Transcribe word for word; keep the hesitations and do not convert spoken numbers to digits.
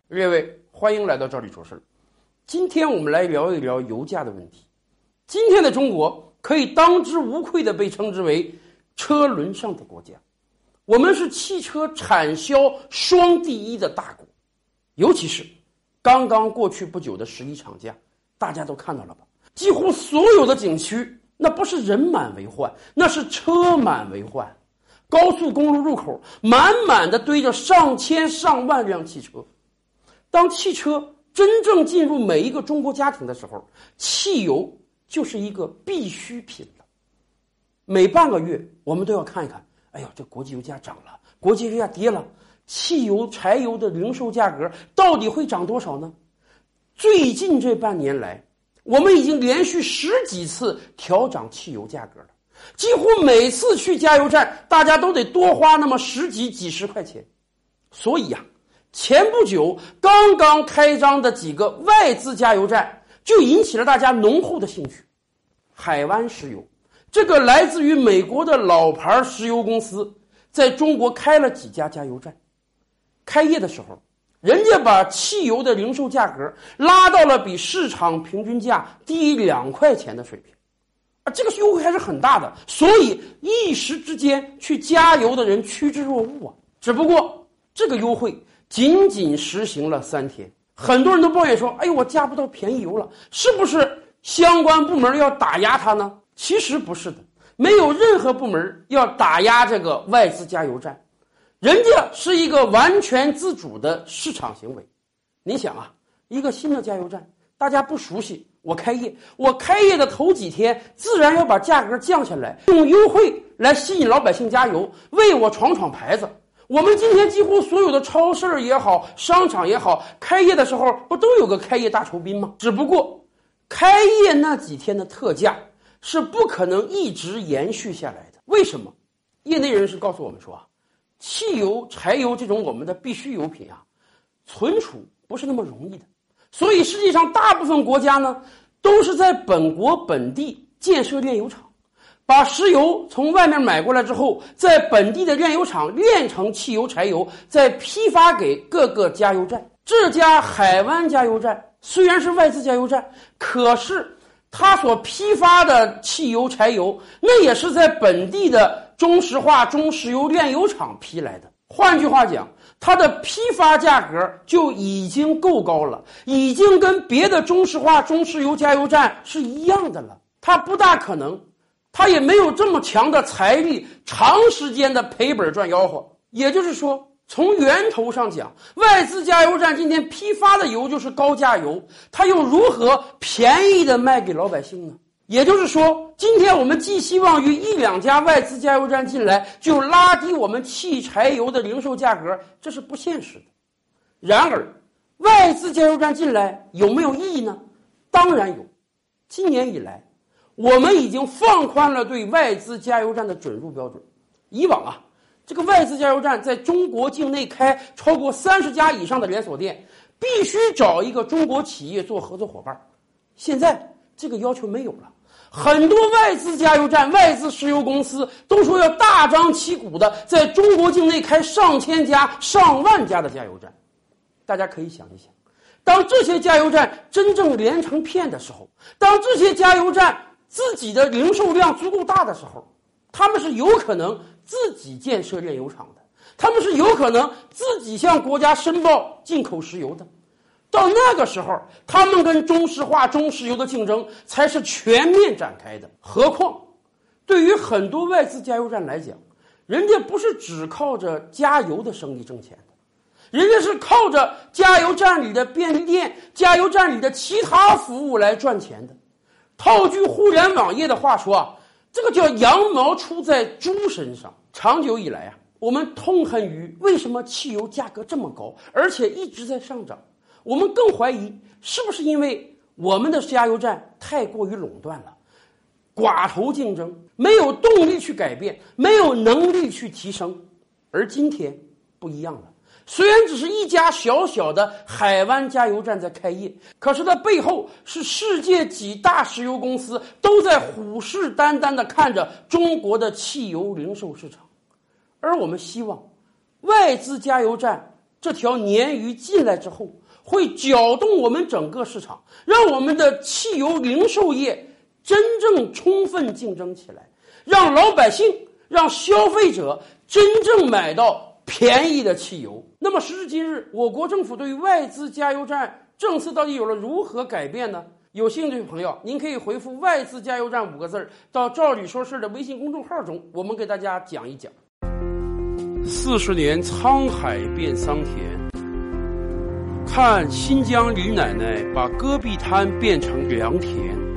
各位，欢迎来到这里说事儿。今天我们来聊一聊油价的问题。今天的中国可以当之无愧地被称之为车轮上的国家，我们是汽车产销双第一的大国。尤其是刚刚过去不久的十一长假，大家都看到了吧？几乎所有的景区，那不是人满为患，那是车满为患。高速公路入口满满的堆着上千上万辆汽车。当汽车真正进入每一个中国家庭的时候，汽油就是一个必需品了。每半个月我们都要看一看，哎呦，这国际油价涨了，国际油价跌了，汽油柴油的零售价格到底会涨多少呢？最近这半年来，我们已经连续十几次调涨汽油价格了，几乎每次去加油站大家都得多花那么十几几十块钱。所以呀、啊前不久刚刚开张的几个外资加油站就引起了大家浓厚的兴趣。海湾石油，这个来自于美国的老牌石油公司，在中国开了几家加油站。开业的时候，人家把汽油的零售价格拉到了比市场平均价低两块钱的水平，啊，这个优惠还是很大的，所以一时之间去加油的人趋之若鹜啊。只不过这个优惠仅仅实行了三天，很多人都抱怨说，哎呦，我加不到便宜油了，是不是相关部门要打压它呢？其实不是的，没有任何部门要打压这个外资加油站，人家是一个完全自主的市场行为。你想啊，一个新的加油站，大家不熟悉，我开业，我开业的头几天自然要把价格降下来，用优惠来吸引老百姓加油，为我闯闯牌子。我们今天几乎所有的超市也好，商场也好，开业的时候不都有个开业大酬宾吗？只不过开业那几天的特价是不可能一直延续下来的。为什么？业内人士告诉我们说啊，汽油、柴油这种我们的必需油品啊，存储不是那么容易的。所以实际上大部分国家呢，都是在本国本地建设炼油厂，把石油从外面买过来之后，在本地的炼油厂炼成汽油、柴油，再批发给各个加油站。这家海湾加油站虽然是外资加油站，可是它所批发的汽油、柴油，那也是在本地的中石化、中石油炼油厂批来的。换句话讲，它的批发价格就已经够高了，已经跟别的中石化、中石油加油站是一样的了。它不大可能，他也没有这么强的财力，长时间的赔本赚吆喝。也就是说，从源头上讲，外资加油站今天批发的油就是高价油，他又如何便宜的卖给老百姓呢？也就是说，今天我们寄希望于一两家外资加油站进来就拉低我们汽柴油的零售价格，这是不现实的。然而，外资加油站进来有没有意义呢？当然有。今年以来，我们已经放宽了对外资加油站的准入标准。以往啊，这个外资加油站在中国境内开超过三十家以上的连锁店，必须找一个中国企业做合作伙伴。现在这个要求没有了，很多外资加油站、外资石油公司都说要大张旗鼓的在中国境内开上千家、上万家的加油站。大家可以想一想，当这些加油站真正连成片的时候，当这些加油站自己的零售量足够大的时候，他们是有可能自己建设炼油厂的，他们是有可能自己向国家申报进口石油的。到那个时候，他们跟中石化、中石油的竞争才是全面展开的。何况对于很多外资加油站来讲，人家不是只靠着加油的生意挣钱的，人家是靠着加油站里的便利店、加油站里的其他服务来赚钱的。套句互联网业的话说啊，这个叫羊毛出在猪身上。长久以来啊，我们痛恨于为什么汽油价格这么高，而且一直在上涨。我们更怀疑是不是因为我们的加油站太过于垄断了，寡头竞争，没有动力去改变，没有能力去提升。而今天不一样了，虽然只是一家小小的海湾加油站在开业，可是它背后是世界几大石油公司都在虎视眈眈地看着中国的汽油零售市场。而我们希望外资加油站这条鲶鱼进来之后，会搅动我们整个市场，让我们的汽油零售业真正充分竞争起来，让老百姓、让消费者真正买到便宜的汽油。那么时至今日，我国政府对于外资加油站政策到底有了如何改变呢？有兴趣的朋友，您可以回复外资加油站五个字到赵理说事的微信公众号中，我们给大家讲一讲。四十年沧海变桑田，看新疆李奶奶把戈壁滩变成良田。